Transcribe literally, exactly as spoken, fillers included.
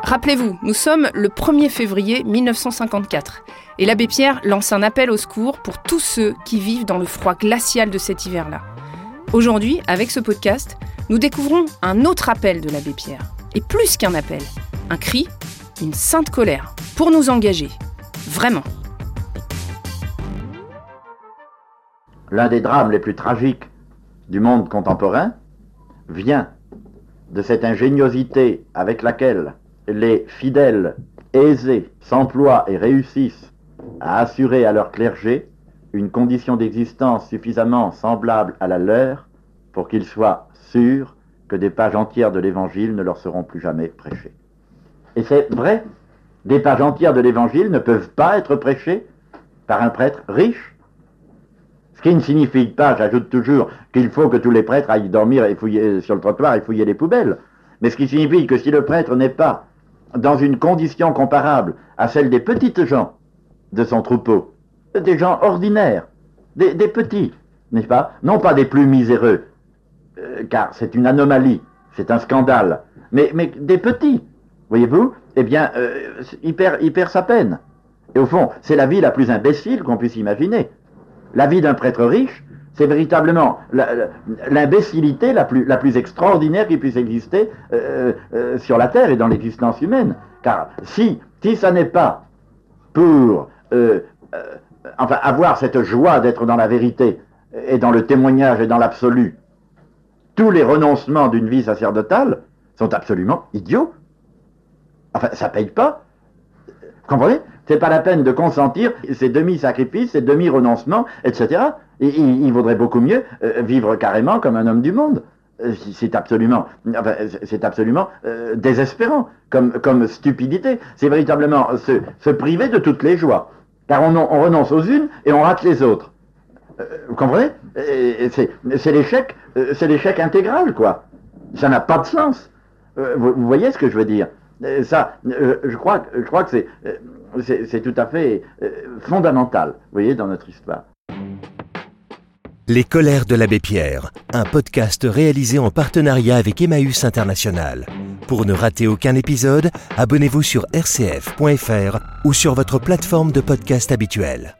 Rappelez-vous, nous sommes le premier février mille neuf cent cinquante-quatre et l'abbé Pierre lance un appel au secours pour tous ceux qui vivent dans le froid glacial de cet hiver-là. Aujourd'hui, avec ce podcast, nous découvrons un autre appel de l'abbé Pierre. Et plus qu'un appel, un cri, une sainte colère, pour nous engager. Vraiment. L'un des drames les plus tragiques du monde contemporain vient de cette ingéniosité avec laquelle les fidèles aisés s'emploient et réussissent à assurer à leur clergé une condition d'existence suffisamment semblable à la leur pour qu'ils soient sûrs que des pages entières de l'Évangile ne leur seront plus jamais prêchées. Et c'est vrai, des pages entières de l'Évangile ne peuvent pas être prêchées par un prêtre riche. Ce qui ne signifie pas, j'ajoute toujours, qu'il faut que tous les prêtres aillent dormir et fouiller sur le trottoir et fouiller les poubelles. Mais ce qui signifie que si le prêtre n'est pas dans une condition comparable à celle des petites gens de son troupeau, des gens ordinaires, des, des petits, n'est-ce pas? Non pas des plus miséreux, euh, car c'est une anomalie, c'est un scandale, mais, mais des petits, voyez-vous, eh bien, euh, il perd, il perd sa peine. Et au fond, c'est la vie la plus imbécile qu'on puisse imaginer. La vie d'un prêtre riche, c'est véritablement la, la, l'imbécilité la plus, la plus extraordinaire qui puisse exister euh, euh, sur la terre et dans l'existence humaine. Car si, si ça n'est pas pour euh, euh, enfin, avoir cette joie d'être dans la vérité et dans le témoignage et dans l'absolu, tous les renoncements d'une vie sacerdotale sont absolument idiots. Enfin, ça paye pas. Vous comprenez? C'est pas la peine de consentir ces demi-sacrifices, ces demi-renoncements, et cetera. Et, il, il vaudrait beaucoup mieux euh, vivre carrément comme un homme du monde. Euh, c'est absolument, enfin, c'est absolument euh, désespérant comme, comme stupidité. C'est véritablement se, se priver de toutes les joies. Car on, on renonce aux unes et on rate les autres. Euh, vous comprenez? Et c'est, c'est l'échec, euh, c'est l'échec intégral, quoi. Ça n'a pas de sens. Euh, vous, vous voyez ce que je veux dire? Euh, ça, euh, je crois, je crois que c'est, euh, c'est, c'est tout à fait euh, fondamental, vous voyez, dans notre histoire. Les colères de l'abbé Pierre, un podcast réalisé en partenariat avec Emmaüs International. Pour ne rater aucun épisode, abonnez-vous sur r c f point f r ou sur votre plateforme de podcast habituelle.